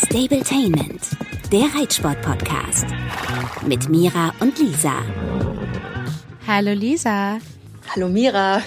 Stabletainment, der Reitsport-Podcast mit Mira und Lisa. Hallo Lisa. Hallo Mira.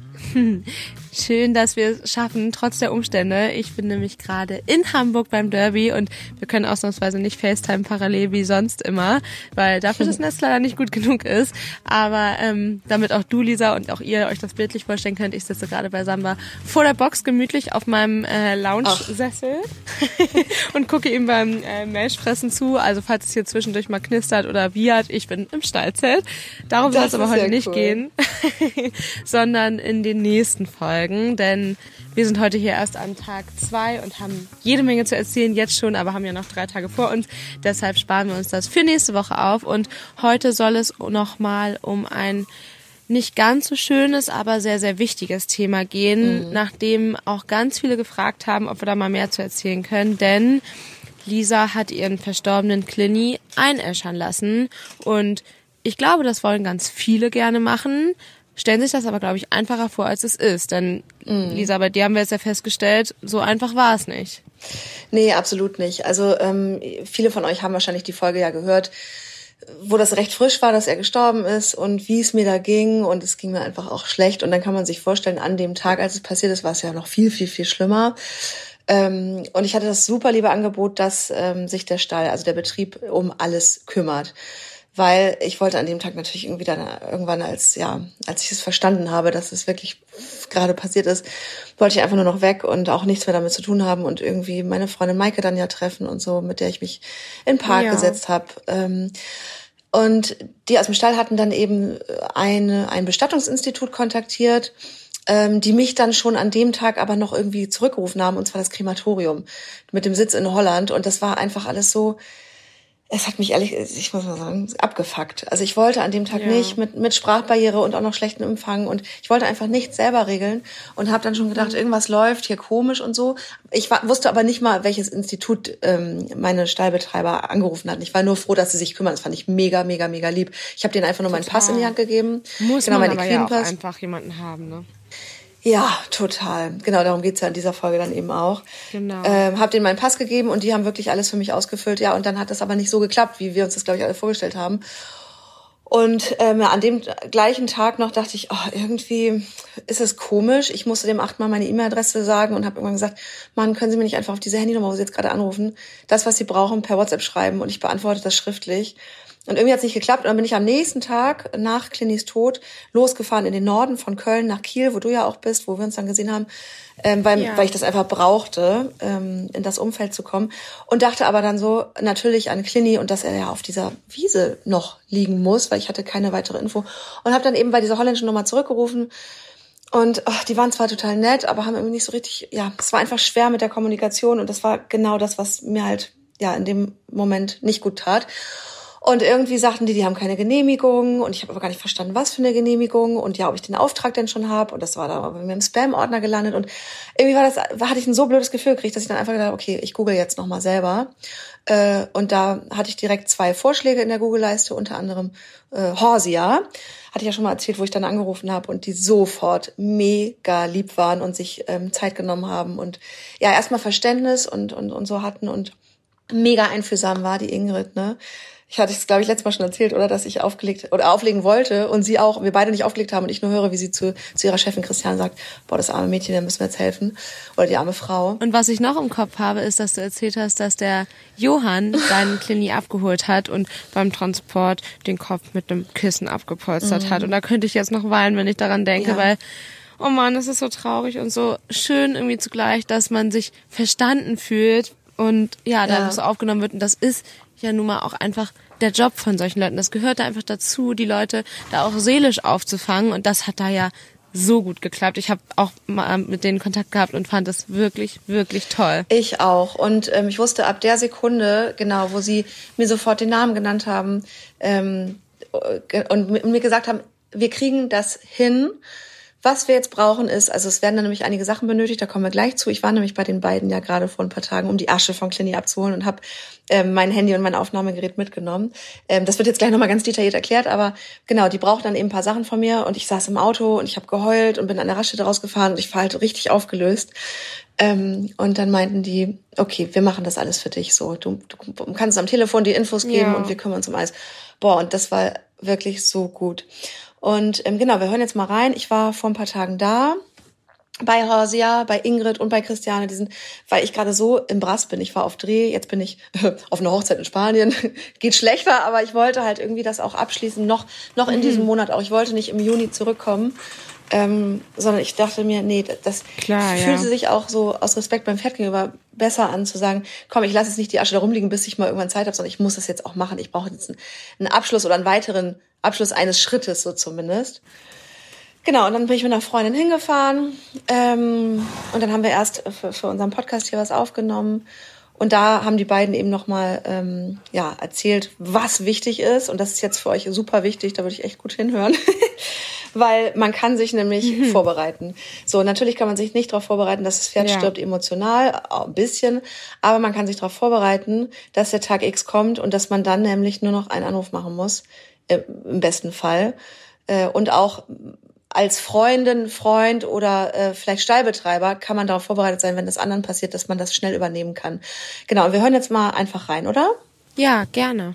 Schön, dass wir es schaffen, trotz der Umstände. Ich bin nämlich gerade in Hamburg beim Derby und wir können ausnahmsweise nicht FaceTime parallel wie sonst immer, weil dafür das Netz leider nicht gut genug ist. Aber damit auch du, Lisa, und auch ihr euch das bildlich vorstellen könnt, ich sitze gerade bei Samba vor der Box gemütlich auf meinem Lounge-Sessel und gucke ihm beim Milchfressen zu. Also falls es hier zwischendurch mal knistert oder wiehert, ich bin im Stallzelt. Darum soll es aber heute nicht gehen, sondern in den nächsten Folgen. Denn wir sind heute hier erst an Tag 2 und haben jede Menge zu erzählen, jetzt schon, aber haben ja noch 3 Tage vor uns. Deshalb sparen wir uns das für nächste Woche auf. Und heute soll es nochmal um ein nicht ganz so schönes, aber sehr, sehr wichtiges Thema gehen, nachdem auch ganz viele gefragt haben, ob wir da mal mehr zu erzählen können. Denn Lisa hat ihren verstorbenen Clini einäschern lassen. Und ich glaube, das wollen ganz viele gerne machen. Stellen sich das aber, glaube ich, einfacher vor, als es ist. Denn, Lisa, bei dir haben wir jetzt ja festgestellt, so einfach war es nicht. Nee, absolut nicht. Also viele von euch haben wahrscheinlich die Folge ja gehört, wo das recht frisch war, dass er gestorben ist und wie es mir da ging. Und es ging mir einfach auch schlecht. Und dann kann man sich vorstellen, an dem Tag, als es passiert ist, war es ja noch viel, viel, viel schlimmer. Und ich hatte das super liebe Angebot, dass sich der Stall, also der Betrieb, um alles kümmert. Weil ich wollte an dem Tag natürlich irgendwie dann irgendwann, als ich es verstanden habe, dass es wirklich gerade passiert ist, wollte ich einfach nur noch weg und auch nichts mehr damit zu tun haben und irgendwie meine Freundin Maike dann ja treffen und so, mit der ich mich in den Park gesetzt habe. Und die aus dem Stall hatten dann eben ein Bestattungsinstitut kontaktiert, die mich dann schon an dem Tag aber noch irgendwie zurückgerufen haben, und zwar das Krematorium mit dem Sitz in Holland. Und das war einfach alles so... Es hat mich ehrlich, ich muss mal sagen, abgefuckt. Also ich wollte an dem Tag nicht mit Sprachbarriere und auch noch schlechten Empfang und ich wollte einfach nichts selber regeln und habe dann schon gedacht, irgendwas läuft hier komisch und so. Ich wusste aber nicht mal, welches Institut meine Stallbetreiber angerufen hatten. Ich war nur froh, dass sie sich kümmern. Das fand ich mega, mega, mega lieb. Ich habe denen einfach nur meinen Pass in die Hand gegeben. Muss man aber ja auch einfach jemanden haben, ne? Ja, total. Genau, darum geht's ja in dieser Folge dann eben auch. Genau. Hab denen meinen Pass gegeben und die haben wirklich alles für mich ausgefüllt. Ja, und dann hat das aber nicht so geklappt, wie wir uns das, glaube ich, alle vorgestellt haben. Und an dem gleichen Tag noch dachte ich, irgendwie ist es komisch. Ich musste dem 8-mal meine E-Mail-Adresse sagen und habe irgendwann gesagt, Mann, können Sie mir nicht einfach auf diese Handynummer, wo Sie jetzt gerade anrufen, das, was Sie brauchen, per WhatsApp schreiben und ich beantworte das schriftlich. Und irgendwie hat es nicht geklappt. Und dann bin ich am nächsten Tag nach Clinis Tod losgefahren in den Norden von Köln nach Kiel, wo du ja auch bist, wo wir uns dann gesehen haben, weil ich das einfach brauchte, in das Umfeld zu kommen. Und dachte aber dann so natürlich an Clini und dass er ja auf dieser Wiese noch liegen muss, weil ich hatte keine weitere Info. Und habe dann eben bei dieser holländischen Nummer zurückgerufen. Und die waren zwar total nett, aber haben irgendwie nicht so richtig, es war einfach schwer mit der Kommunikation. Und das war genau das, was mir halt in dem Moment nicht gut tat. Und irgendwie sagten die haben keine Genehmigung und ich habe aber gar nicht verstanden, was für eine Genehmigung und ob ich den Auftrag denn schon habe und das war dann bei mir im Spam-Ordner gelandet und irgendwie hatte ich ein so blödes Gefühl gekriegt, dass ich dann einfach gedacht, okay, ich google jetzt nochmal selber und da hatte ich direkt 2 Vorschläge in der Google-Leiste, unter anderem Horsia, hatte ich ja schon mal erzählt, wo ich dann angerufen habe und die sofort mega lieb waren und sich Zeit genommen haben und erstmal Verständnis und so hatten und mega einfühlsam war die Ingrid, ne? Ich hatte es, glaube ich, letztes Mal schon erzählt, oder, dass ich auflegen wollte und sie auch, wir beide nicht aufgelegt haben und ich nur höre, wie sie zu ihrer Chefin Christian sagt, boah, das arme Mädchen, dem müssen wir jetzt helfen. Oder die arme Frau. Und was ich noch im Kopf habe, ist, dass du erzählt hast, dass der Johann deinen Clini abgeholt hat und beim Transport den Kopf mit einem Kissen abgepolstert hat. Und da könnte ich jetzt noch weinen, wenn ich daran denke, weil, oh Mann, das ist so traurig und so schön irgendwie zugleich, dass man sich verstanden fühlt und da so aufgenommen wird. Und das ist ja nun mal auch einfach der Job von solchen Leuten. Das gehört da einfach dazu, die Leute da auch seelisch aufzufangen. Und das hat da ja so gut geklappt. Ich habe auch mal mit denen Kontakt gehabt und fand es wirklich, wirklich toll. Ich auch. Und ich wusste ab der Sekunde, genau, wo sie mir sofort den Namen genannt haben und mir gesagt haben, wir kriegen das hin, Was wir jetzt brauchen ist, also es werden dann nämlich einige Sachen benötigt, da kommen wir gleich zu. Ich war nämlich bei den beiden ja gerade vor ein paar Tagen, um die Asche von Clini abzuholen und habe mein Handy und mein Aufnahmegerät mitgenommen. Das wird jetzt gleich nochmal ganz detailliert erklärt, aber genau, die braucht dann eben ein paar Sachen von mir und ich saß im Auto und ich habe geheult und bin an der Raststätte rausgefahren und ich war halt richtig aufgelöst. Und dann meinten die, okay, wir machen das alles für dich so. Du kannst am Telefon die Infos geben und wir kümmern uns um alles. Boah, und das war wirklich so gut. Und genau, wir hören jetzt mal rein. Ich war vor ein paar Tagen da bei Horsia, bei Ingrid und bei Christiane. Weil ich gerade so im Brass bin. Ich war auf Dreh, jetzt bin ich auf einer Hochzeit in Spanien. Geht schlechter, aber ich wollte halt irgendwie das auch abschließen, noch in diesem Monat auch. Ich wollte nicht im Juni zurückkommen, sondern ich dachte mir, nee, das fühlte sich auch so aus Respekt beim Pferd gegenüber besser an, zu sagen, komm, ich lasse jetzt nicht die Asche da rumliegen, bis ich mal irgendwann Zeit habe, sondern ich muss das jetzt auch machen. Ich brauche jetzt einen Abschluss oder einen weiteren Abschluss eines Schrittes, so zumindest. Genau, und dann bin ich mit einer Freundin hingefahren und dann haben wir erst für unseren Podcast hier was aufgenommen. Und da haben die beiden eben nochmal erzählt, was wichtig ist. Und das ist jetzt für euch super wichtig, da würde ich echt gut hinhören. Weil man kann sich nämlich vorbereiten. So, natürlich kann man sich nicht darauf vorbereiten, dass das Pferd stirbt emotional, auch ein bisschen. Aber man kann sich darauf vorbereiten, dass der Tag X kommt und dass man dann nämlich nur noch einen Anruf machen muss, im besten Fall. Und auch als Freundin, Freund oder vielleicht Stallbetreiber kann man darauf vorbereitet sein, wenn das anderen passiert, dass man das schnell übernehmen kann. Genau, und wir hören jetzt mal einfach rein, oder? Ja, gerne.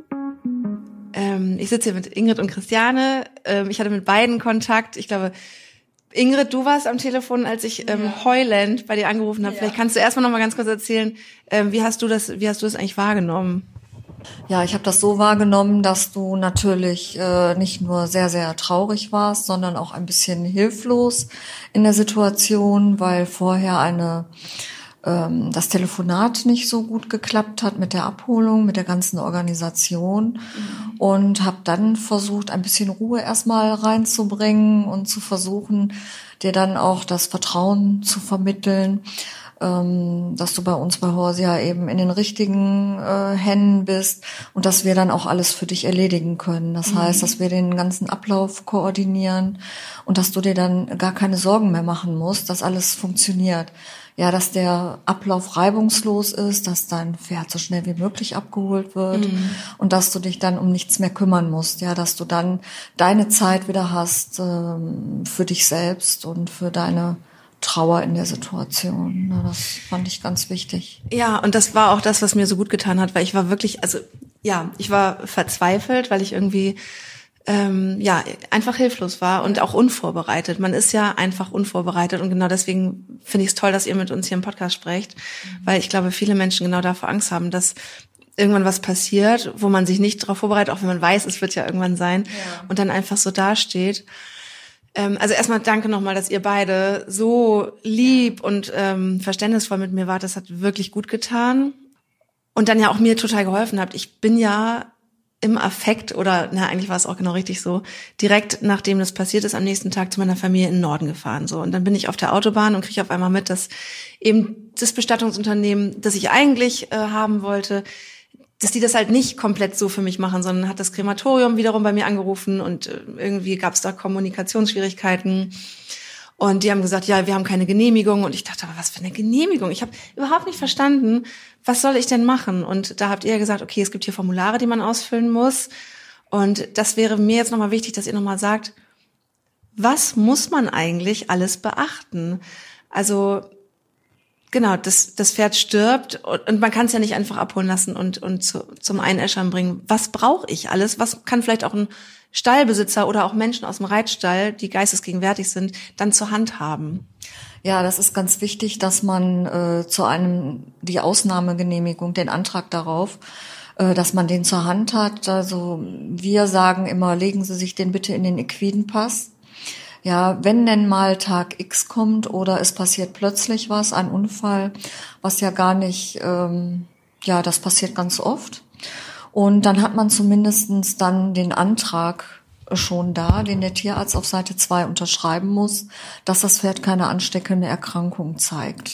Ich sitze hier mit Ingrid und Christiane. Ich hatte mit beiden Kontakt. Ich glaube, Ingrid, du warst am Telefon, als ich heulend bei dir angerufen habe. Ja. Vielleicht kannst du erstmal noch mal ganz kurz erzählen, wie hast du das eigentlich wahrgenommen? Ja, ich habe das so wahrgenommen, dass du natürlich nicht nur sehr, sehr traurig warst, sondern auch ein bisschen hilflos in der Situation, weil vorher das Telefonat nicht so gut geklappt hat mit der Abholung, mit der ganzen Organisation und habe dann versucht, ein bisschen Ruhe erstmal reinzubringen und zu versuchen, dir dann auch das Vertrauen zu vermitteln, dass du bei uns bei Horsia eben in den richtigen Händen bist und dass wir dann auch alles für dich erledigen können. Das heißt, dass wir den ganzen Ablauf koordinieren und dass du dir dann gar keine Sorgen mehr machen musst, dass alles funktioniert. Ja, dass der Ablauf reibungslos ist, dass dein Pferd so schnell wie möglich abgeholt wird und dass du dich dann um nichts mehr kümmern musst. Ja, dass du dann deine Zeit wieder hast für dich selbst und für deine Trauer in der Situation. Ja, das fand ich ganz wichtig. Ja, und das war auch das, was mir so gut getan hat, weil ich war wirklich, ich war verzweifelt, weil ich irgendwie einfach hilflos war und auch unvorbereitet. Man ist ja einfach unvorbereitet und genau deswegen finde ich es toll, dass ihr mit uns hier im Podcast sprecht, weil ich glaube, viele Menschen genau davor Angst haben, dass irgendwann was passiert, wo man sich nicht darauf vorbereitet, auch wenn man weiß, es wird ja irgendwann sein und dann einfach so dasteht. Also erstmal danke nochmal, dass ihr beide so lieb und verständnisvoll mit mir wart. Das hat wirklich gut getan und dann ja auch mir total geholfen habt. Ich bin ja im Affekt eigentlich war es auch genau richtig so, direkt nachdem das passiert ist, am nächsten Tag zu meiner Familie in den Norden gefahren. So. Und dann bin ich auf der Autobahn und kriege auf einmal mit, dass eben das Bestattungsunternehmen, das ich eigentlich haben wollte, dass die das halt nicht komplett so für mich machen, sondern hat das Krematorium wiederum bei mir angerufen und irgendwie gab es da Kommunikationsschwierigkeiten. Und die haben gesagt, ja, wir haben keine Genehmigung. Und ich dachte, aber was für eine Genehmigung? Ich habe überhaupt nicht verstanden, was soll ich denn machen? Und da habt ihr gesagt, okay, es gibt hier Formulare, die man ausfüllen muss. Und das wäre mir jetzt nochmal wichtig, dass ihr nochmal sagt, was muss man eigentlich alles beachten? Also genau, das Pferd stirbt und man kann es ja nicht einfach abholen lassen und zum Einäschern bringen. Was brauche ich alles? Was kann vielleicht auch ein Stallbesitzer oder auch Menschen aus dem Reitstall, die geistesgegenwärtig sind, dann zur Hand haben? Ja, das ist ganz wichtig, dass man die Ausnahmegenehmigung, den Antrag darauf, dass man den zur Hand hat. Also wir sagen immer, legen Sie sich den bitte in den Equidenpass. Ja, wenn denn mal Tag X kommt oder es passiert plötzlich was, ein Unfall, was ja gar nicht, das passiert ganz oft. Und dann hat man zumindestens dann den Antrag schon da, den der Tierarzt auf Seite 2 unterschreiben muss, dass das Pferd keine ansteckende Erkrankung zeigt.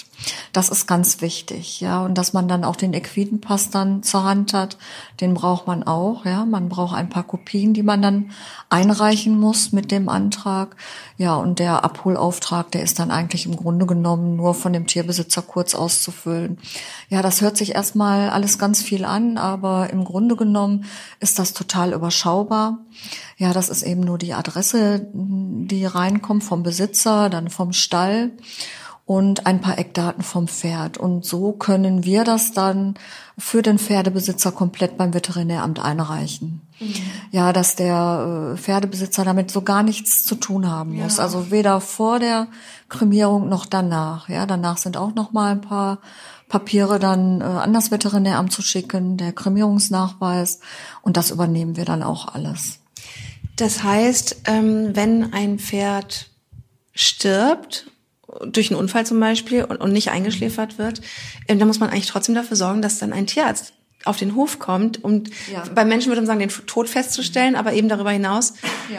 Das ist ganz wichtig, ja. Und dass man dann auch den Equidenpass dann zur Hand hat, den braucht man auch, ja. Man braucht ein paar Kopien, die man dann einreichen muss mit dem Antrag. Ja, und der Abholauftrag, der ist dann eigentlich im Grunde genommen nur von dem Tierbesitzer kurz auszufüllen. Ja, das hört sich erstmal alles ganz viel an, aber im Grunde genommen ist das total überschaubar. Ja, das ist eben nur die Adresse, die reinkommt vom Besitzer, dann vom Stall und ein paar Eckdaten vom Pferd. Und so können wir das dann für den Pferdebesitzer komplett beim Veterinäramt einreichen. Mhm. Ja, dass der Pferdebesitzer damit so gar nichts zu tun haben muss. Ja. Also weder vor der Kremierung noch danach. Ja, danach sind auch noch mal ein paar Papiere dann an das Veterinäramt zu schicken, der Kremierungsnachweis. Und das übernehmen wir dann auch alles. Das heißt, wenn ein Pferd stirbt, durch einen Unfall zum Beispiel, und nicht eingeschläfert wird, dann muss man eigentlich trotzdem dafür sorgen, dass dann ein Tierarzt auf den Hof kommt, um beim Menschen würde man sagen, den Tod festzustellen, aber eben darüber hinaus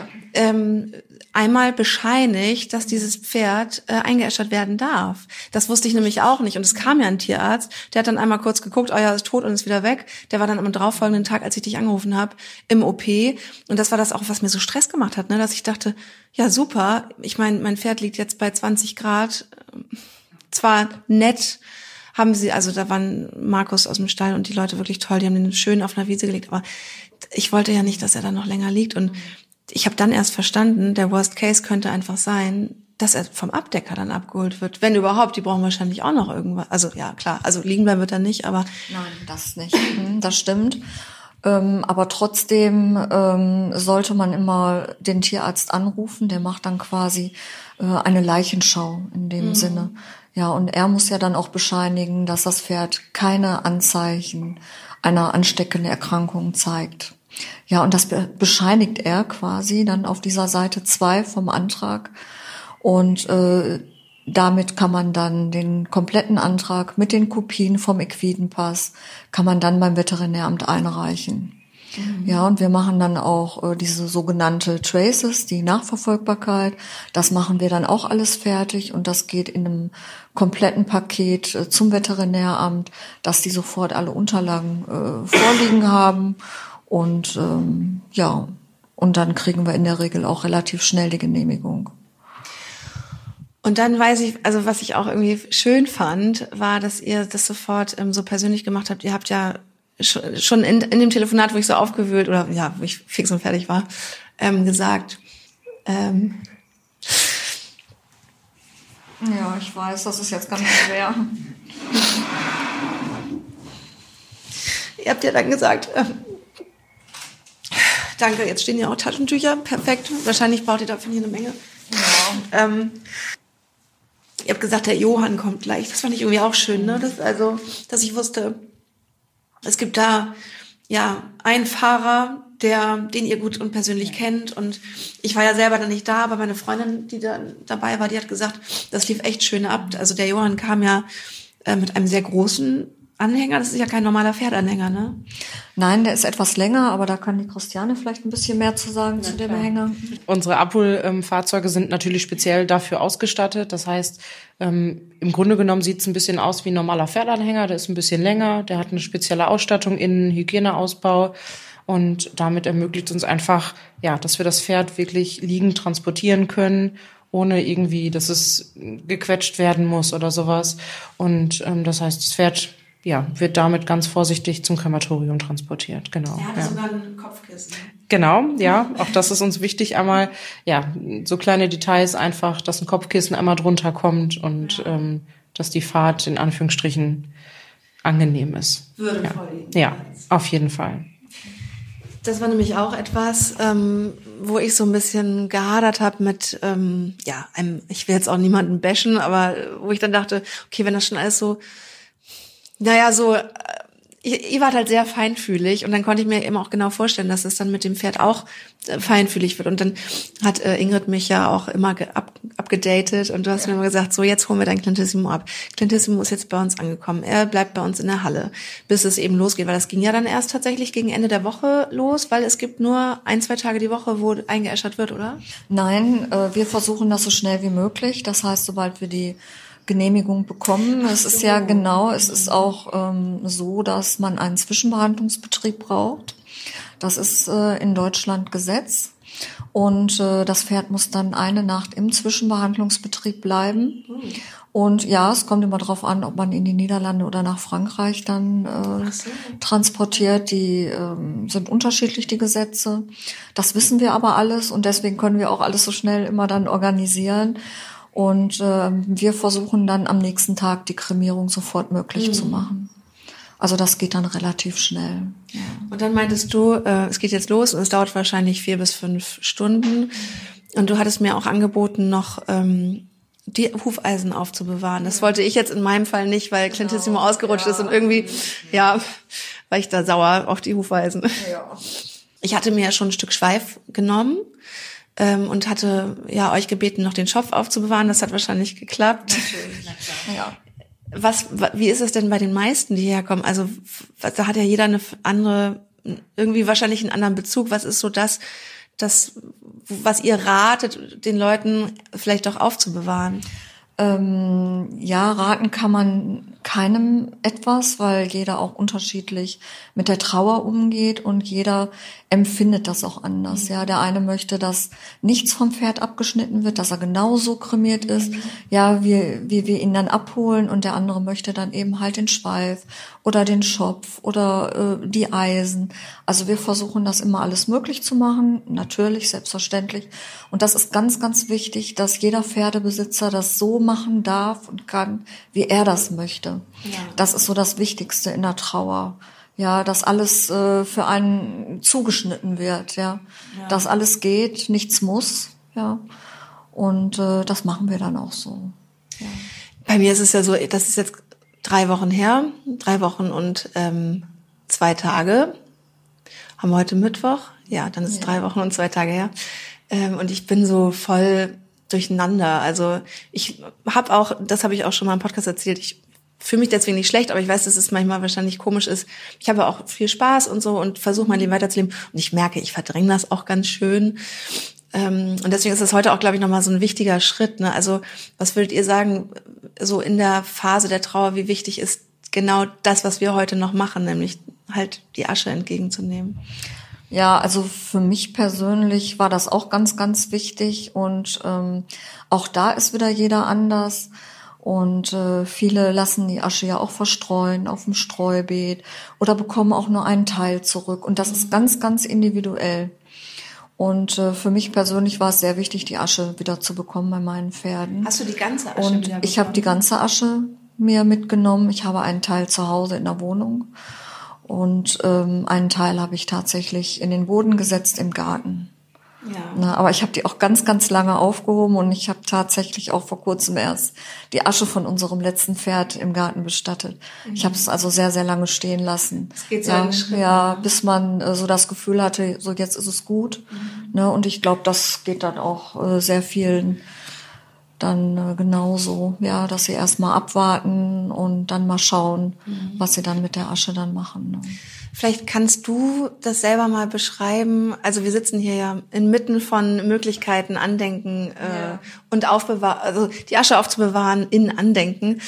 einmal bescheinigt, dass dieses Pferd eingeäschert werden darf. Das wusste ich nämlich auch nicht. Und es kam ja ein Tierarzt, der hat dann einmal kurz geguckt, ja, ist tot und ist wieder weg. Der war dann am darauffolgenden Tag, als ich dich angerufen habe, im OP. Und das war das auch, was mir so Stress gemacht hat, ne? Dass ich dachte, ja super, ich meine, mein Pferd liegt jetzt bei 20 Grad, zwar nett, haben sie, also da waren Markus aus dem Stall und die Leute wirklich toll, die haben den schön auf einer Wiese gelegt, aber ich wollte ja nicht, dass er da noch länger liegt. Und ich habe dann erst verstanden, der Worst Case könnte einfach sein, dass er vom Abdecker dann abgeholt wird. Wenn überhaupt, die brauchen wahrscheinlich auch noch irgendwas. Also ja, klar, also liegen bleiben wird er nicht, aber... Nein, das nicht. Das stimmt. Aber trotzdem sollte man immer den Tierarzt anrufen. Der macht dann quasi eine Leichenschau in dem Sinne. Ja, und er muss ja dann auch bescheinigen, dass das Pferd keine Anzeichen einer ansteckenden Erkrankung zeigt. Ja, und das bescheinigt er quasi dann auf dieser Seite 2 vom Antrag. Und damit kann man dann den kompletten Antrag mit den Kopien vom Equidenpass, kann man dann beim Veterinäramt einreichen. Mhm. Ja, und wir machen dann auch diese sogenannte Traces, die Nachverfolgbarkeit. Das machen wir dann auch alles fertig und das geht in einem kompletten Paket zum Veterinäramt, dass die sofort alle Unterlagen vorliegen haben. Und und dann kriegen wir in der Regel auch relativ schnell die Genehmigung. Und dann weiß ich, also was ich auch irgendwie schön fand, war, dass ihr das sofort so persönlich gemacht habt. Ihr habt ja schon in dem Telefonat, wo ich so aufgewühlt oder ja, wo ich fix und fertig war, gesagt. Ja, ich weiß, das ist jetzt ganz schwer. Ihr habt ja dann gesagt, danke, jetzt stehen ja auch Taschentücher, perfekt. Wahrscheinlich braucht ihr davon hier eine Menge. Ja. Ihr habt gesagt, der Johann kommt gleich. Das fand ich irgendwie auch schön, ne? Dass ich wusste, es gibt da ja einen Fahrer, den ihr gut und persönlich kennt. Und ich war ja selber dann nicht da, aber meine Freundin, die da dabei war, die hat gesagt, das lief echt schön ab. Also der Johann kam ja mit einem sehr großen Anhänger. Das ist ja kein normaler Pferdanhänger, ne? Nein, der ist etwas länger, aber da kann die Christiane vielleicht ein bisschen mehr zu sagen zu dem Hänger. Unsere Abholfahrzeuge sind natürlich speziell dafür ausgestattet. Das heißt, im Grunde genommen sieht es ein bisschen aus wie ein normaler Pferdanhänger. Der ist ein bisschen länger, der hat eine spezielle Ausstattung, innen Hygieneausbau. Und damit ermöglicht uns einfach, ja, dass wir das Pferd wirklich liegend transportieren können, ohne irgendwie, dass es gequetscht werden muss oder sowas. Und das heißt, das Pferd wird damit ganz vorsichtig zum Krematorium transportiert, genau. Er hat sogar ein Kopfkissen. Genau, ja, auch das ist uns wichtig, einmal, so kleine Details einfach, dass ein Kopfkissen einmal drunter kommt und dass die Fahrt in Anführungsstrichen angenehm ist. Würdevoll. Ja, auf jeden Fall. Das war nämlich auch etwas, wo ich so ein bisschen gehadert habe mit, ich will jetzt auch niemanden bashen, aber wo ich dann dachte, okay, wenn das schon alles so, ihr wart halt sehr feinfühlig und dann konnte ich mir eben auch genau vorstellen, dass es dann mit dem Pferd auch feinfühlig wird. Und dann hat Ingrid mich ja auch immer abgedatet und du hast mir immer gesagt, so jetzt holen wir dein Clintissimo ab. Clintissimo ist jetzt bei uns angekommen. Er bleibt bei uns in der Halle, bis es eben losgeht, weil das ging ja dann erst tatsächlich gegen Ende der Woche los, weil es gibt nur 1-2 Tage die Woche, wo eingeäschert wird, oder? Nein, wir versuchen das so schnell wie möglich. Das heißt, sobald wir die Genehmigung bekommen. Es ist ja genau, es ist auch so, dass man einen Zwischenbehandlungsbetrieb braucht. Das ist in Deutschland Gesetz. Und das Pferd muss dann eine Nacht im Zwischenbehandlungsbetrieb bleiben. Und ja, es kommt immer darauf an, ob man in die Niederlande oder nach Frankreich dann transportiert. Die sind unterschiedlich, die Gesetze. Das wissen wir aber alles und deswegen können wir auch alles so schnell immer dann organisieren. Und wir versuchen dann am nächsten Tag die Kremierung sofort möglich zu machen. Also das geht dann relativ schnell. Ja. Und dann meintest du, es geht jetzt los und es dauert wahrscheinlich 4 bis 5 Stunden. Und du hattest mir auch angeboten, noch die Hufeisen aufzubewahren. Das wollte ich jetzt in meinem Fall nicht, weil Clintissimo ausgerutscht ist und irgendwie, war ich da sauer auf die Hufeisen. Ja. Ich hatte mir ja schon ein Stück Schweif genommen und hatte euch gebeten, noch den Schopf aufzubewahren. Das hat wahrscheinlich geklappt. Natürlich, ja. Wie ist es denn bei den meisten, die herkommen? Also da hat ja jeder eine andere, irgendwie wahrscheinlich einen anderen Bezug. Was ist so das, was ihr ratet, den Leuten vielleicht auch aufzubewahren? Raten kann man keinem etwas, weil jeder auch unterschiedlich mit der Trauer umgeht und jeder empfindet das auch anders. Ja, der eine möchte, dass nichts vom Pferd abgeschnitten wird, dass er genauso kremiert ist, wie wir ihn dann abholen, und der andere möchte dann eben halt den Schweif oder den Schopf oder die Eisen. Also wir versuchen das immer alles möglich zu machen, natürlich, selbstverständlich. Und das ist ganz, ganz wichtig, dass jeder Pferdebesitzer das so machen darf und kann, wie er das möchte. Ja. Das ist so das Wichtigste in der Trauer. Ja, dass alles für einen zugeschnitten wird, dass alles geht, nichts muss, und das machen wir dann auch so. Ja. Bei mir ist es ja so, das ist jetzt 3 Wochen her, 3 Wochen und 2 Tage. Haben wir heute Mittwoch? Ja, dann ist es 3 Wochen und 2 Tage her. Und ich bin so voll durcheinander. Also ich habe auch, das habe ich auch schon mal im Podcast erzählt, ich fühle mich deswegen nicht schlecht, aber ich weiß, dass es manchmal wahrscheinlich komisch ist. Ich habe auch viel Spaß und so und versuche mein Leben weiterzuleben. Und ich merke, ich verdränge das auch ganz schön. Und deswegen ist das heute auch, glaube ich, nochmal so ein wichtiger Schritt. Ne? Also was würdet ihr sagen, so in der Phase der Trauer, wie wichtig ist genau das, was wir heute noch machen, nämlich halt die Asche entgegenzunehmen? Ja, also für mich persönlich war das auch ganz, ganz wichtig. Und auch da ist wieder jeder anders. Und viele lassen die Asche ja auch verstreuen auf dem Streubeet oder bekommen auch nur einen Teil zurück. Und das ist ganz, ganz individuell. Und für mich persönlich war es sehr wichtig, die Asche wieder zu bekommen bei meinen Pferden. Hast du die ganze Asche Und wieder ich habe die ganze Asche mir mitgenommen. Ich habe einen Teil zu Hause in der Wohnung und einen Teil habe ich tatsächlich in den Boden gesetzt im Garten. Ja. Na, aber ich habe die auch ganz, ganz lange aufgehoben und ich habe tatsächlich auch vor kurzem erst die Asche von unserem letzten Pferd im Garten bestattet. Ich habe es also sehr, sehr lange stehen lassen. Das geht so einen Schritt, bis man so das Gefühl hatte, so jetzt ist es gut. Ne, und ich glaube, das geht dann auch sehr vielen dann genauso, dass sie erstmal abwarten und dann mal schauen, was sie dann mit der Asche dann machen. Ne. Vielleicht kannst du das selber mal beschreiben. Also wir sitzen hier ja inmitten von Möglichkeiten, Andenken und also die Asche aufzubewahren in Andenken.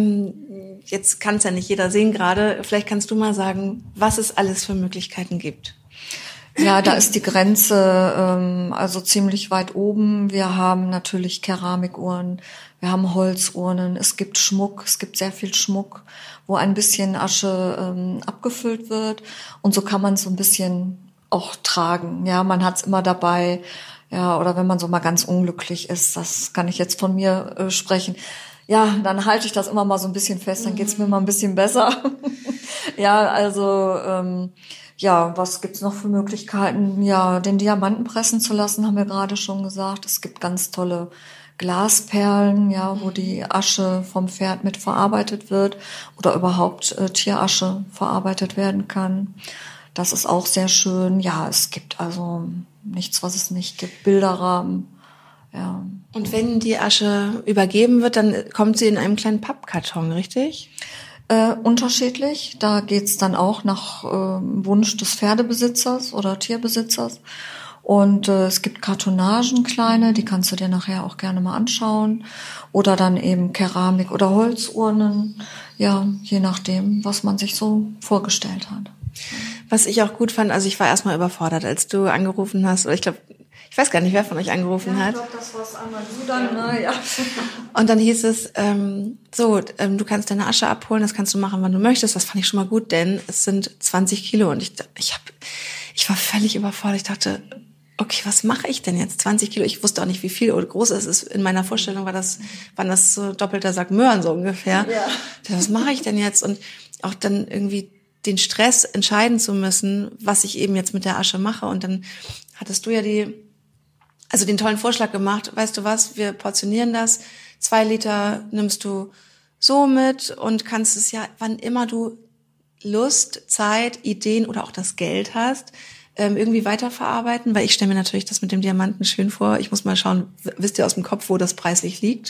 Jetzt kann es ja nicht jeder sehen gerade. Vielleicht kannst du mal sagen, was es alles für Möglichkeiten gibt. Ja, da ist die Grenze also ziemlich weit oben. Wir haben natürlich Keramikuhren, wir haben Holzurnen, es gibt Schmuck, es gibt sehr viel Schmuck, wo ein bisschen Asche abgefüllt wird. Und so kann man es so ein bisschen auch tragen. Ja, man hat es immer dabei. Ja, oder wenn man so mal ganz unglücklich ist, das kann ich jetzt von mir sprechen. Ja, dann halte ich das immer mal so ein bisschen fest, dann geht's mir mal ein bisschen besser. Ja, also was gibt's noch für Möglichkeiten? Ja, den Diamanten pressen zu lassen, haben wir gerade schon gesagt. Es gibt ganz tolle Glasperlen, wo die Asche vom Pferd mit verarbeitet wird oder überhaupt Tierasche verarbeitet werden kann. Das ist auch sehr schön. Ja, es gibt also nichts, was es nicht gibt. Bilderrahmen, ja. Und wenn die Asche übergeben wird, dann kommt sie in einem kleinen Pappkarton, richtig? Unterschiedlich. Da geht's dann auch nach Wunsch des Pferdebesitzers oder Tierbesitzers. Und es gibt Kartonagen kleine, die kannst du dir nachher auch gerne mal anschauen. Oder dann eben Keramik oder Holzurnen. Ja, je nachdem, was man sich so vorgestellt hat. Was ich auch gut fand, also ich war erstmal überfordert, als du angerufen hast. Oder ich glaube, ich weiß gar nicht, wer von euch angerufen hat. Ich glaube, das war's einmal du dann, ne? Ja. Und dann hieß es, du kannst deine Asche abholen, das kannst du machen, wann du möchtest. Das fand ich schon mal gut, denn es sind 20 Kilo. Und ich war völlig überfordert. Ich dachte, okay, was mache ich denn jetzt? 20 Kilo, ich wusste auch nicht, wie viel oder groß es ist. In meiner Vorstellung waren das so doppelter Sack Möhren so ungefähr. Ja. Was mache ich denn jetzt? Und auch dann irgendwie den Stress entscheiden zu müssen, was ich eben jetzt mit der Asche mache. Und dann hattest du ja den tollen Vorschlag gemacht, weißt du was, wir portionieren das, 2 Liter nimmst du so mit und kannst es ja, wann immer du Lust, Zeit, Ideen oder auch das Geld hast, irgendwie weiterverarbeiten, weil ich stelle mir natürlich das mit dem Diamanten schön vor. Ich muss mal schauen, wisst ihr aus dem Kopf, wo das preislich liegt?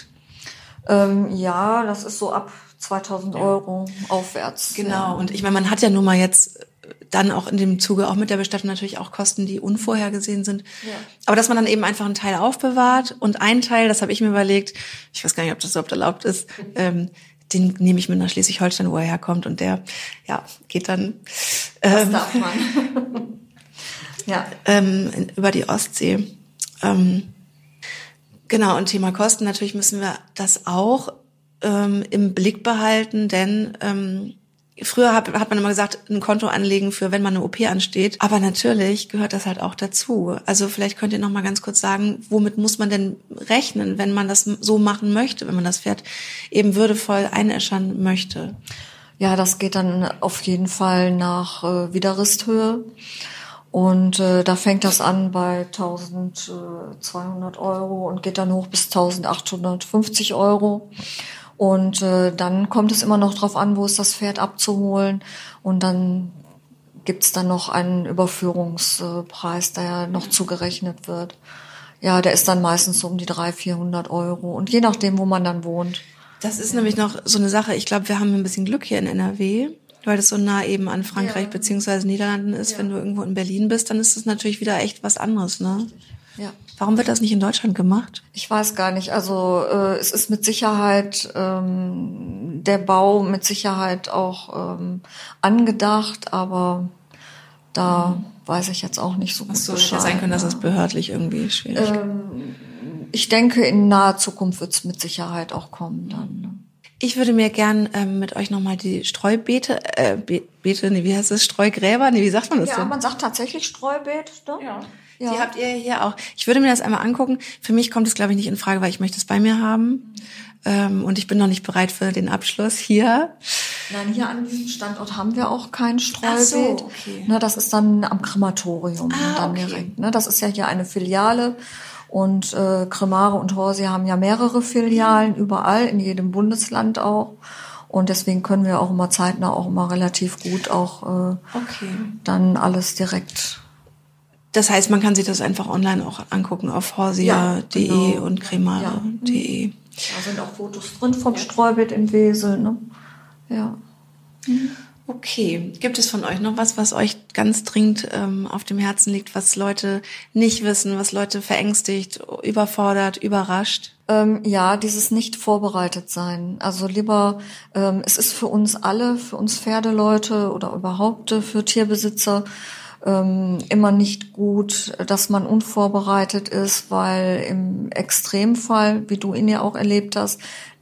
Ja, das ist so ab 2.000 Euro aufwärts. Genau, ja. Und ich meine, man hat ja nun mal jetzt dann auch in dem Zuge auch mit der Bestattung natürlich auch Kosten, die unvorhergesehen sind. Ja. Aber dass man dann eben einfach einen Teil aufbewahrt und einen Teil, das habe ich mir überlegt, ich weiß gar nicht, ob das überhaupt erlaubt ist, den nehme ich mit nach Schleswig-Holstein, wo er herkommt und der, geht dann das darf man. Ja. Über die Ostsee. Genau, und Thema Kosten, natürlich müssen wir das auch im Blick behalten, denn früher hat man immer gesagt, ein Konto anlegen für, wenn man eine OP ansteht. Aber natürlich gehört das halt auch dazu. Also vielleicht könnt ihr noch mal ganz kurz sagen, womit muss man denn rechnen, wenn man das so machen möchte, wenn man das Pferd eben würdevoll einäschern möchte? Ja, das geht dann auf jeden Fall nach Widerristhöhe. Und da fängt das an bei 1.200 Euro und geht dann hoch bis 1.850 Euro. Und dann kommt es immer noch drauf an, wo ist das Pferd abzuholen. Und dann gibt's dann noch einen Überführungspreis, der ja noch zugerechnet wird. Ja, der ist dann meistens so um die 300-400 Euro. Und je nachdem, wo man dann wohnt. Das ist nämlich noch so eine Sache. Ich glaube, wir haben ein bisschen Glück hier in NRW, weil das so nah eben an Frankreich beziehungsweise Niederlanden ist. Ja. Wenn du irgendwo in Berlin bist, dann ist das natürlich wieder echt was anderes, ne? Ja. Warum wird das nicht in Deutschland gemacht? Ich weiß gar nicht. Also es ist mit Sicherheit der Bau mit Sicherheit auch angedacht, aber da weiß ich jetzt auch nicht so gut. Ach so, hätte ja sein können, dass das behördlich irgendwie schwierig ist. Ich denke, in naher Zukunft wird es mit Sicherheit auch kommen dann. Ne? Ich würde mir gern mit euch nochmal die Streubeete, wie heißt das, Streugräber? Nee, wie sagt man das denn? Ja, man sagt tatsächlich Streubeet, ne? Ja. Ja. Die habt ihr hier auch. Ich würde mir das einmal angucken. Für mich kommt es, glaube ich, nicht in Frage, weil ich möchte es bei mir haben. Und ich bin noch nicht bereit für den Abschluss hier. Nein, hier an diesem Standort haben wir auch kein Streubeet. Ach so, okay. Ne, das ist dann am Krematorium dann okay. direkt. Ne? Das ist ja hier eine Filiale. Und Cremare und Horsia haben ja mehrere Filialen, überall, in jedem Bundesland auch. Und deswegen können wir auch immer zeitnah auch immer relativ gut auch dann alles direkt. Das heißt, man kann sich das einfach online auch angucken auf horsia.de und cremare.de. Da sind auch Fotos drin vom Streubeet in Wesel, ne? Ja. Okay. Gibt es von euch noch was euch ganz dringend auf dem Herzen liegt, was Leute nicht wissen, was Leute verängstigt, überfordert, überrascht? Ja, dieses nicht vorbereitet sein. Also lieber, es ist für uns alle, für uns Pferdeleute oder überhaupt für Tierbesitzer immer nicht gut, dass man unvorbereitet ist, weil im Extremfall, wie du ihn ja auch erlebt hast,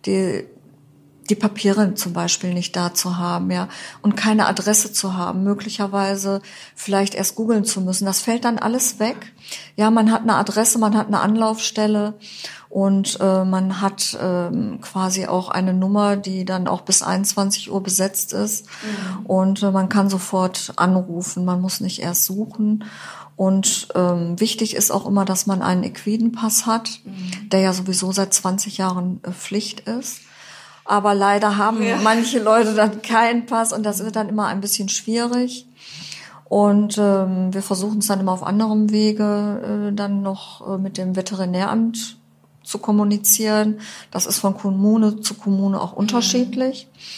die Papiere zum Beispiel nicht da zu haben, ja, und keine Adresse zu haben, möglicherweise vielleicht erst googeln zu müssen. Das fällt dann alles weg. Ja, man hat eine Adresse, man hat eine Anlaufstelle und man hat quasi auch eine Nummer, die dann auch bis 21 Uhr besetzt ist. Mhm. Und man kann sofort anrufen, man muss nicht erst suchen. Und wichtig ist auch immer, dass man einen Equidenpass hat, der ja sowieso seit 20 Jahren Pflicht ist. Aber leider haben manche Leute dann keinen Pass und das wird dann immer ein bisschen schwierig. Und wir versuchen es dann immer auf anderem Wege dann noch mit dem Veterinäramt zu kommunizieren. Das ist von Kommune zu Kommune auch unterschiedlich.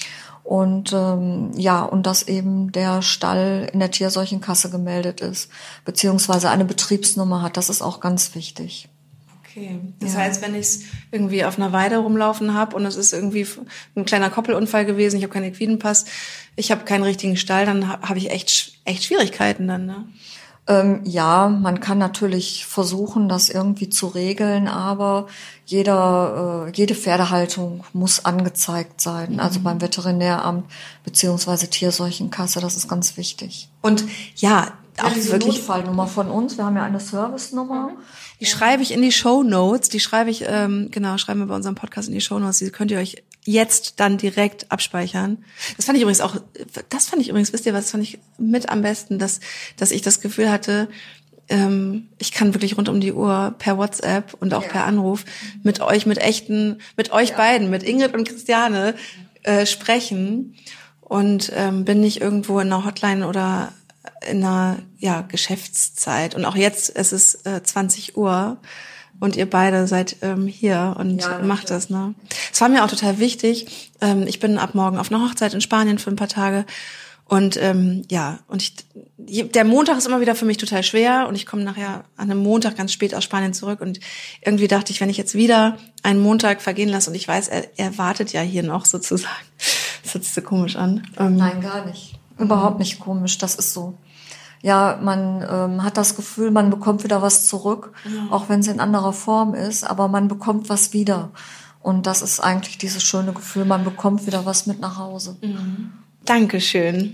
Und und dass eben der Stall in der Tierseuchenkasse gemeldet ist, beziehungsweise eine Betriebsnummer hat. Das ist auch ganz wichtig. Okay. Das heißt, wenn ich es irgendwie auf einer Weide rumlaufen habe und es ist irgendwie ein kleiner Koppelunfall gewesen, ich habe keinen Equidenpass, ich habe keinen richtigen Stall, dann habe ich echt Schwierigkeiten dann, ne? Man kann natürlich versuchen, das irgendwie zu regeln, aber jede Pferdehaltung muss angezeigt sein. Also beim Veterinäramt beziehungsweise Tierseuchenkasse, das ist ganz wichtig. Und auch diese wirklich Notfallnummer von uns, wir haben ja eine Service-Nummer. Die schreibe ich in die Shownotes. Die schreibe ich, schreiben wir bei unserem Podcast in die Shownotes. Die könnt ihr euch jetzt dann direkt abspeichern. Das fand ich übrigens, wisst ihr, was fand ich mit am besten, dass ich das Gefühl hatte, ich kann wirklich rund um die Uhr per WhatsApp und auch per Anruf mit euch beiden, mit Ingrid und Christiane, sprechen und bin nicht irgendwo in einer Hotline oder in einer Geschäftszeit. Und auch jetzt, es ist 20 Uhr und ihr beide seid hier und macht das, ne? Es war mir auch total wichtig. Ich bin ab morgen auf einer Hochzeit in Spanien für ein paar Tage. Und der Montag ist immer wieder für mich total schwer und ich komme nachher an einem Montag ganz spät aus Spanien zurück und irgendwie dachte ich, wenn ich jetzt wieder einen Montag vergehen lasse und ich weiß, er wartet ja hier noch sozusagen. Das hört sich so komisch an. Nein, gar nicht. Überhaupt nicht komisch, das ist so. Ja, man hat das Gefühl, man bekommt wieder was zurück, auch wenn es in anderer Form ist, aber man bekommt was wieder. Und das ist eigentlich dieses schöne Gefühl, man bekommt wieder was mit nach Hause. Mhm. Dankeschön.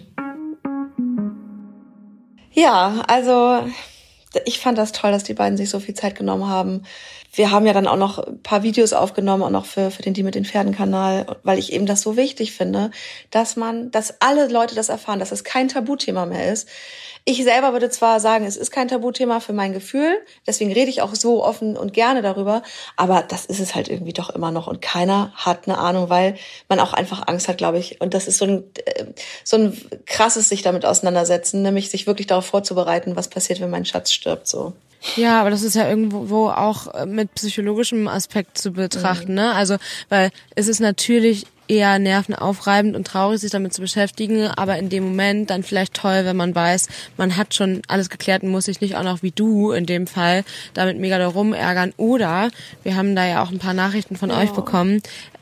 Ja, also ich fand das toll, dass die beiden sich so viel Zeit genommen haben. Wir haben ja dann auch noch ein paar Videos aufgenommen, auch noch für den Die mit den Pferden-Kanal, weil ich eben das so wichtig finde, dass alle Leute das erfahren, dass es kein Tabuthema mehr ist. Ich selber würde zwar sagen, es ist kein Tabuthema für mein Gefühl, deswegen rede ich auch so offen und gerne darüber, aber das ist es halt irgendwie doch immer noch und keiner hat eine Ahnung, weil man auch einfach Angst hat, glaube ich. Und das ist so ein krasses sich damit auseinandersetzen, nämlich sich wirklich darauf vorzubereiten, was passiert, wenn mein Schatz stirbt, so. Ja, aber das ist ja irgendwo auch mit psychologischem Aspekt zu betrachten, ne? Also, weil es ist natürlich eher nervenaufreibend und traurig, sich damit zu beschäftigen, aber in dem Moment dann vielleicht toll, wenn man weiß, man hat schon alles geklärt und muss sich nicht auch noch wie du in dem Fall damit mega darum ärgern. Oder, wir haben da ja auch ein paar Nachrichten von euch bekommen,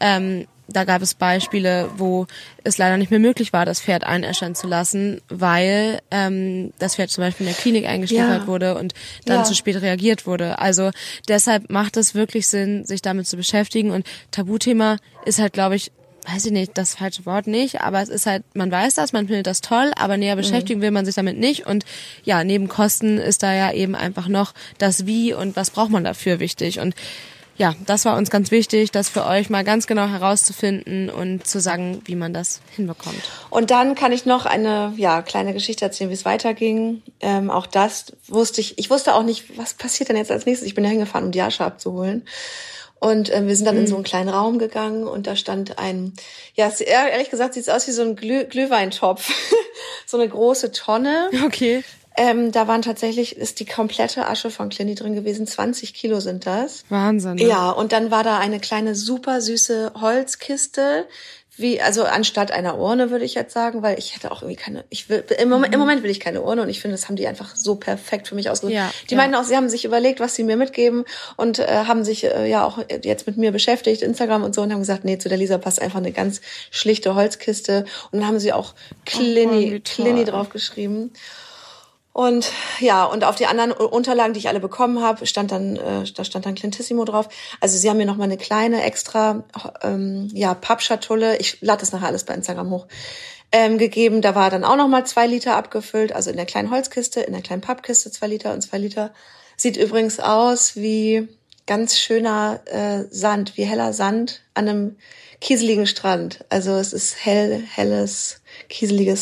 da gab es Beispiele, wo es leider nicht mehr möglich war, das Pferd einäschern zu lassen, weil das Pferd zum Beispiel in der Klinik eingestiefelt wurde und dann zu spät reagiert wurde. Also deshalb macht es wirklich Sinn, sich damit zu beschäftigen. Und Tabuthema ist halt, glaube ich, weiß ich nicht, das falsche Wort nicht, aber es ist halt, man weiß das, man findet das toll, aber näher beschäftigen will man sich damit nicht. Und ja, neben Kosten ist da ja eben einfach noch das Wie und was braucht man dafür wichtig. Und ja, das war uns ganz wichtig, das für euch mal ganz genau herauszufinden und zu sagen, wie man das hinbekommt. Und dann kann ich noch eine kleine Geschichte erzählen, wie es weiterging. Auch das wusste ich. Ich wusste auch nicht, was passiert denn jetzt als nächstes. Ich bin da hingefahren, um die Asche abzuholen. Und wir sind dann in so einen kleinen Raum gegangen und da stand ehrlich gesagt sieht es aus wie so ein Glühweintopf. So eine große Tonne. Okay. Da ist die komplette Asche von Clini drin gewesen. 20 Kilo sind das. Wahnsinn. Ne? Ja, und dann war da eine kleine, super süße Holzkiste. Also anstatt einer Urne, würde ich jetzt sagen, weil ich hätte auch irgendwie im Moment will ich keine Urne und ich finde, das haben die einfach so perfekt für mich ausgesucht. Ja, die meinten auch, sie haben sich überlegt, was sie mir mitgeben und haben sich auch jetzt mit mir beschäftigt, Instagram und so, und haben gesagt, nee, zu der Lisa passt einfach eine ganz schlichte Holzkiste. Und dann haben sie auch Clini draufgeschrieben. Und und auf die anderen Unterlagen, die ich alle bekommen habe, stand dann Clintissimo drauf. Also sie haben mir noch mal eine kleine extra Pappschatulle, ich lade das nachher alles bei Instagram hoch, gegeben. Da war dann auch noch mal 2 Liter abgefüllt, also in der kleinen Holzkiste, in der kleinen Pappkiste 2 Liter und 2 Liter. Sieht übrigens aus wie ganz schöner Sand, wie heller Sand an einem kieseligen Strand. Also es ist helles, kieselige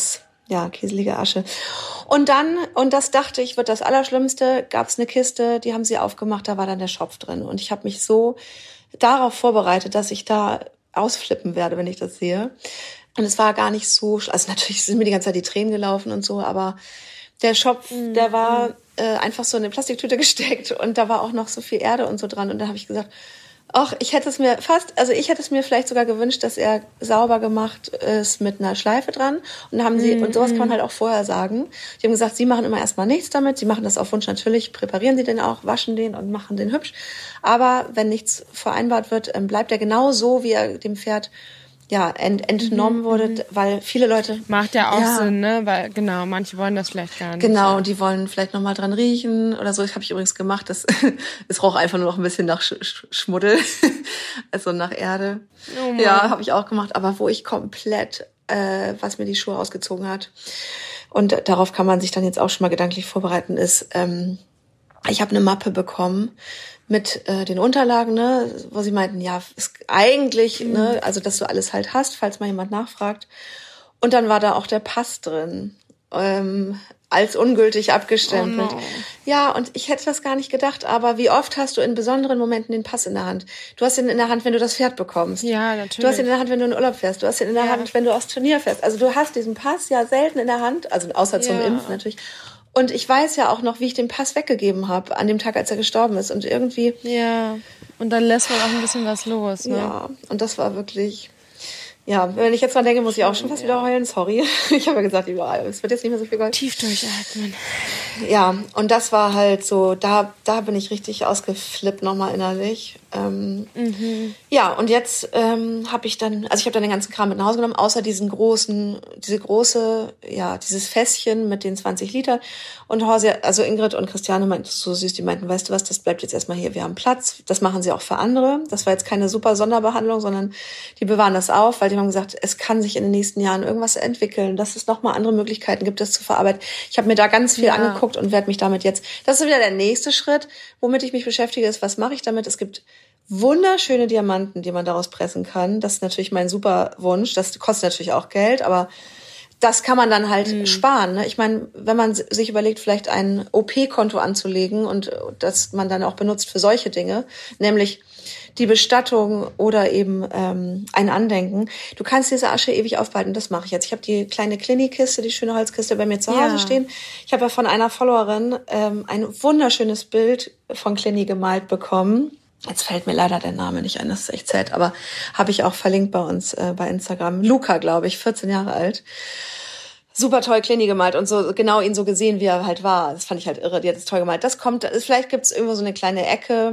Asche. Und das dachte ich, wird das Allerschlimmste, gab es eine Kiste, die haben sie aufgemacht, da war dann der Schopf drin. Und ich habe mich so darauf vorbereitet, dass ich da ausflippen werde, wenn ich das sehe. Und es war gar nicht so, also natürlich sind mir die ganze Zeit die Tränen gelaufen und so, aber der Schopf, der war einfach so in eine Plastiktüte gesteckt und da war auch noch so viel Erde und so dran. Und da habe ich gesagt, Ach, ich hätte es mir vielleicht sogar gewünscht, dass er sauber gemacht ist mit einer Schleife dran. Und dann haben sie, und sowas kann man halt auch vorher sagen. Die haben gesagt, sie machen immer erstmal nichts damit. Sie machen das auf Wunsch natürlich, präparieren sie den auch, waschen den und machen den hübsch. Aber wenn nichts vereinbart wird, bleibt er genau so, wie er dem Pferd entnommen wurde, weil viele Leute... Macht ja auch Sinn, ne? Weil, genau, manche wollen das vielleicht gar nicht. Genau, und die wollen vielleicht nochmal dran riechen oder so. Das habe ich übrigens gemacht. Es roch einfach nur noch ein bisschen nach Schmuddel, also nach Erde. Oh Mann. Ja, habe ich auch gemacht. Aber wo ich komplett, was mir die Schuhe ausgezogen hat, und darauf kann man sich dann jetzt auch schon mal gedanklich vorbereiten, ist, ich habe eine Mappe bekommen mit den Unterlagen, ne, wo sie meinten, ja, ist eigentlich, ne, also dass du alles halt hast, falls mal jemand nachfragt. Und dann war da auch der Pass drin, als ungültig abgestempelt. Oh no. Ja, und ich hätte das gar nicht gedacht, aber wie oft hast du in besonderen Momenten den Pass in der Hand? Du hast ihn in der Hand, wenn du das Pferd bekommst. Ja, natürlich. Du hast ihn in der Hand, wenn du in Urlaub fährst. Du hast ihn in der Hand, wenn du aufs Turnier fährst. Also du hast diesen Pass ja selten in der Hand, also außer zum Impfen natürlich. Und ich weiß ja auch noch, wie ich den Pass weggegeben habe, an dem Tag, als er gestorben ist. Und irgendwie... Ja, und dann lässt man auch ein bisschen was los, ne? Ja, und das war wirklich... Ja, wenn ich jetzt mal denke, muss ich auch schon fast wieder heulen. Sorry. Ich habe ja gesagt, es wird jetzt nicht mehr so viel geheult. Tief durchatmen. Ja, und das war halt so, da bin ich richtig ausgeflippt nochmal innerlich. Ja, und jetzt habe ich dann den ganzen Kram mit nach Hause genommen, außer dieses Fässchen mit den 20 Liter. Und also Ingrid und Christiane meinten so süß, die meinten, weißt du was, das bleibt jetzt erstmal hier, wir haben Platz. Das machen sie auch für andere. Das war jetzt keine super Sonderbehandlung, sondern die bewahren das auf, weil die haben gesagt, es kann sich in den nächsten Jahren irgendwas entwickeln, dass es nochmal andere Möglichkeiten gibt, das zu verarbeiten. Ich habe mir da ganz viel angeguckt und werde mich damit jetzt, das ist wieder der nächste Schritt, womit ich mich beschäftige, ist, was mache ich damit? Es gibt wunderschöne Diamanten, die man daraus pressen kann. Das ist natürlich mein super Wunsch. Das kostet natürlich auch Geld, aber das kann man dann halt sparen. Ne? Ich meine, wenn man sich überlegt, vielleicht ein OP-Konto anzulegen und das man dann auch benutzt für solche Dinge, nämlich die Bestattung oder eben ein Andenken. Du kannst diese Asche ewig aufbehalten. Das mache ich jetzt. Ich habe die kleine Klinikiste, die schöne Holzkiste bei mir zu Hause stehen. Ich habe ja von einer Followerin ein wunderschönes Bild von Clini gemalt bekommen. Jetzt fällt mir leider der Name nicht ein, das ist echt sad, aber habe ich auch verlinkt bei uns bei Instagram. Luca, glaube ich, 14 Jahre alt. Super toll Clini gemalt und so genau ihn so gesehen, wie er halt war. Das fand ich halt irre, die hat es toll gemalt. Vielleicht gibt's irgendwo so eine kleine Ecke.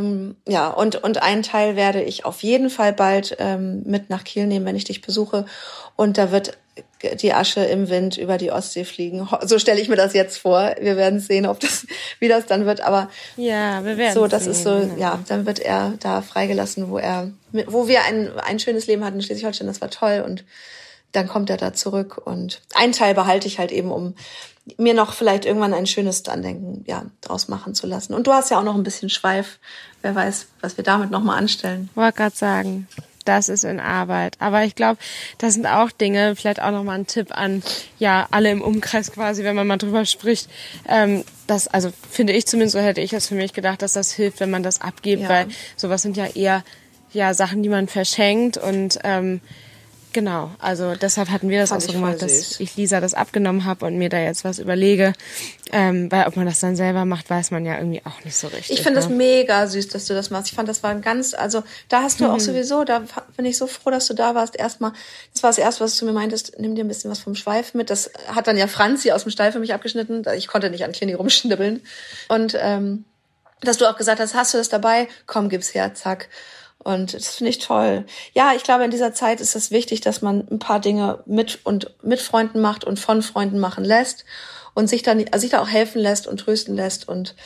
Und einen Teil werde ich auf jeden Fall bald mit nach Kiel nehmen, wenn ich dich besuche. Und da wird die Asche im Wind über die Ostsee fliegen. So stelle ich mir das jetzt vor. Wir werden sehen, wie das dann wird. Aber ja, wir werden so, das sehen, ist so, ja, dann wird er da freigelassen, wo wir ein schönes Leben hatten in Schleswig-Holstein. Das war toll und dann kommt er da zurück und einen Teil behalte ich halt eben, um mir noch vielleicht irgendwann ein schönes Andenken draus machen zu lassen. Und du hast ja auch noch ein bisschen Schweif. Wer weiß, was wir damit nochmal anstellen. Wollte gerade sagen, das ist in Arbeit. Aber ich glaube, das sind auch Dinge, vielleicht auch nochmal ein Tipp an alle im Umkreis quasi, wenn man mal drüber spricht. Also finde ich zumindest, so hätte ich es für mich gedacht, dass das hilft, wenn man das abgibt, weil sowas sind ja eher Sachen, die man verschenkt und genau, also deshalb hatten wir das auch so gemacht, dass ich Lisa das abgenommen habe und mir da jetzt was überlege, weil ob man das dann selber macht, weiß man ja irgendwie auch nicht so richtig. Ich finde das mega süß, dass du das machst. Ich fand, das war da hast du auch sowieso, da bin ich so froh, dass du da warst. Das war das Erste, was du mir meintest, nimm dir ein bisschen was vom Schweif mit. Das hat dann ja Franzi aus dem Stall für mich abgeschnitten. Ich konnte nicht an Clini rumschnibbeln. Und dass du auch gesagt hast du das dabei? Komm, gib's her, zack. Und das finde ich toll. Ja, ich glaube, in dieser Zeit ist es wichtig, dass man ein paar Dinge mit Freunden macht und von Freunden machen lässt und sich da auch helfen lässt und trösten lässt. Und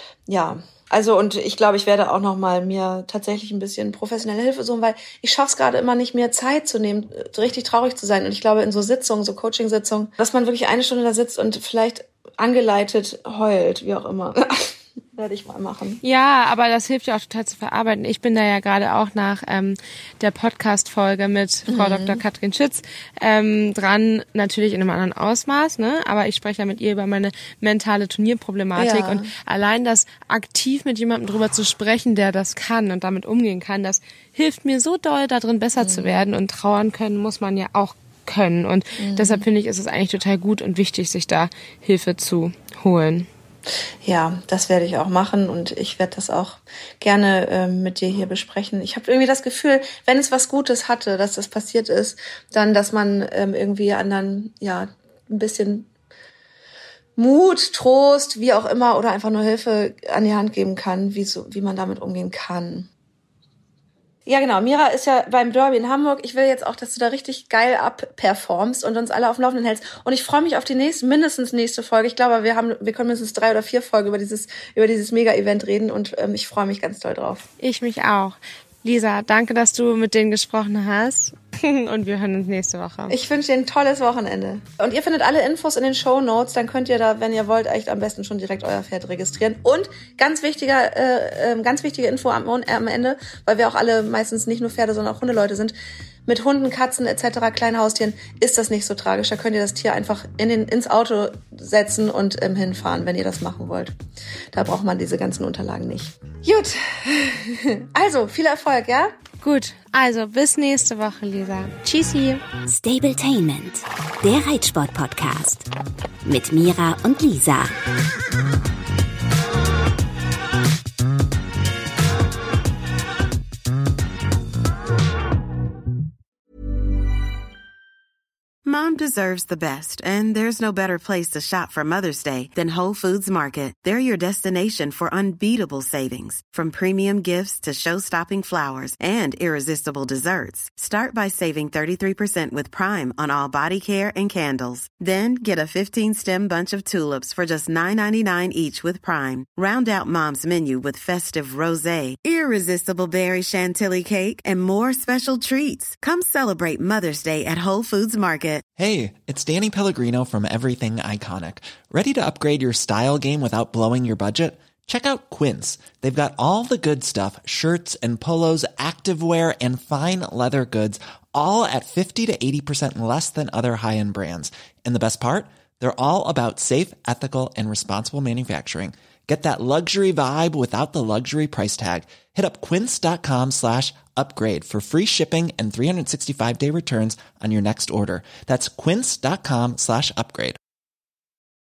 und ich glaube, ich werde auch noch mal mir tatsächlich ein bisschen professionelle Hilfe suchen, weil ich schaff's gerade immer nicht mehr, Zeit zu nehmen, richtig traurig zu sein. Und ich glaube, in so Sitzungen, so Coaching-Sitzungen, dass man wirklich 1 Stunde da sitzt und vielleicht angeleitet heult, wie auch immer. Werde ich mal machen. Ja, aber das hilft ja auch total zu verarbeiten. Ich bin da ja gerade auch nach der Podcast-Folge mit Frau Dr. Katrin Schütz dran, natürlich in einem anderen Ausmaß, ne? Aber ich spreche ja mit ihr über meine mentale Turnierproblematik und allein das aktiv mit jemandem drüber zu sprechen, der das kann und damit umgehen kann, das hilft mir so doll, da drin besser zu werden, und trauern können muss man ja auch können, und deshalb finde ich, ist es eigentlich total gut und wichtig, sich da Hilfe zu holen. Ja, das werde ich auch machen und ich werde das auch gerne mit dir hier besprechen. Ich habe irgendwie das Gefühl, wenn es was Gutes hatte, dass das passiert ist, dann, dass man irgendwie anderen ja ein bisschen Mut, Trost, wie auch immer, oder einfach nur Hilfe an die Hand geben kann, wie man damit umgehen kann. Ja, genau. Mira ist ja beim Derby in Hamburg. Ich will jetzt auch, dass du da richtig geil abperformst und uns alle auf dem Laufenden hältst. Und ich freue mich auf die mindestens nächste Folge. Ich glaube, wir können mindestens 3 oder 4 Folgen über dieses Mega-Event reden und ich freue mich ganz doll drauf. Ich mich auch. Lisa, danke, dass du mit denen gesprochen hast. Und wir hören uns nächste Woche. Ich wünsche dir ein tolles Wochenende. Und ihr findet alle Infos in den Shownotes. Dann könnt ihr da, wenn ihr wollt, echt am besten schon direkt euer Pferd registrieren. Und ganz wichtige Info am Ende, weil wir auch alle meistens nicht nur Pferde, sondern auch Hundeleute sind. Mit Hunden, Katzen etc., kleinen Haustieren ist das nicht so tragisch. Da könnt ihr das Tier einfach ins Auto setzen und hinfahren, wenn ihr das machen wollt. Da braucht man diese ganzen Unterlagen nicht. Gut, also viel Erfolg, ja? Gut, also bis nächste Woche, Lisa. Tschüssi. Stabletainment, der Reitsport-Podcast mit Mira und Lisa. Mom deserves the best, and there's no better place to shop for Mother's Day than Whole Foods Market. They're your destination for unbeatable savings, from premium gifts to show-stopping flowers and irresistible desserts. Start by saving 33% with Prime on all body care and candles. Then get a 15-stem bunch of tulips for just $9.99 each with Prime. Round out Mom's menu with festive rosé, irresistible berry chantilly cake, and more special treats. Come celebrate Mother's Day at Whole Foods Market. Hey, it's Danny Pellegrino from Everything Iconic. Ready to upgrade your style game without blowing your budget? Check out Quince. They've got all the good stuff, shirts and polos, activewear, and fine leather goods, all at 50 to 80% less than other high-end brands. And the best part? They're all about safe, ethical, and responsible manufacturing. Get that luxury vibe without the luxury price tag. Hit up quince.com/upgrade for free shipping and 365-day returns on your next order. That's quince.com/upgrade.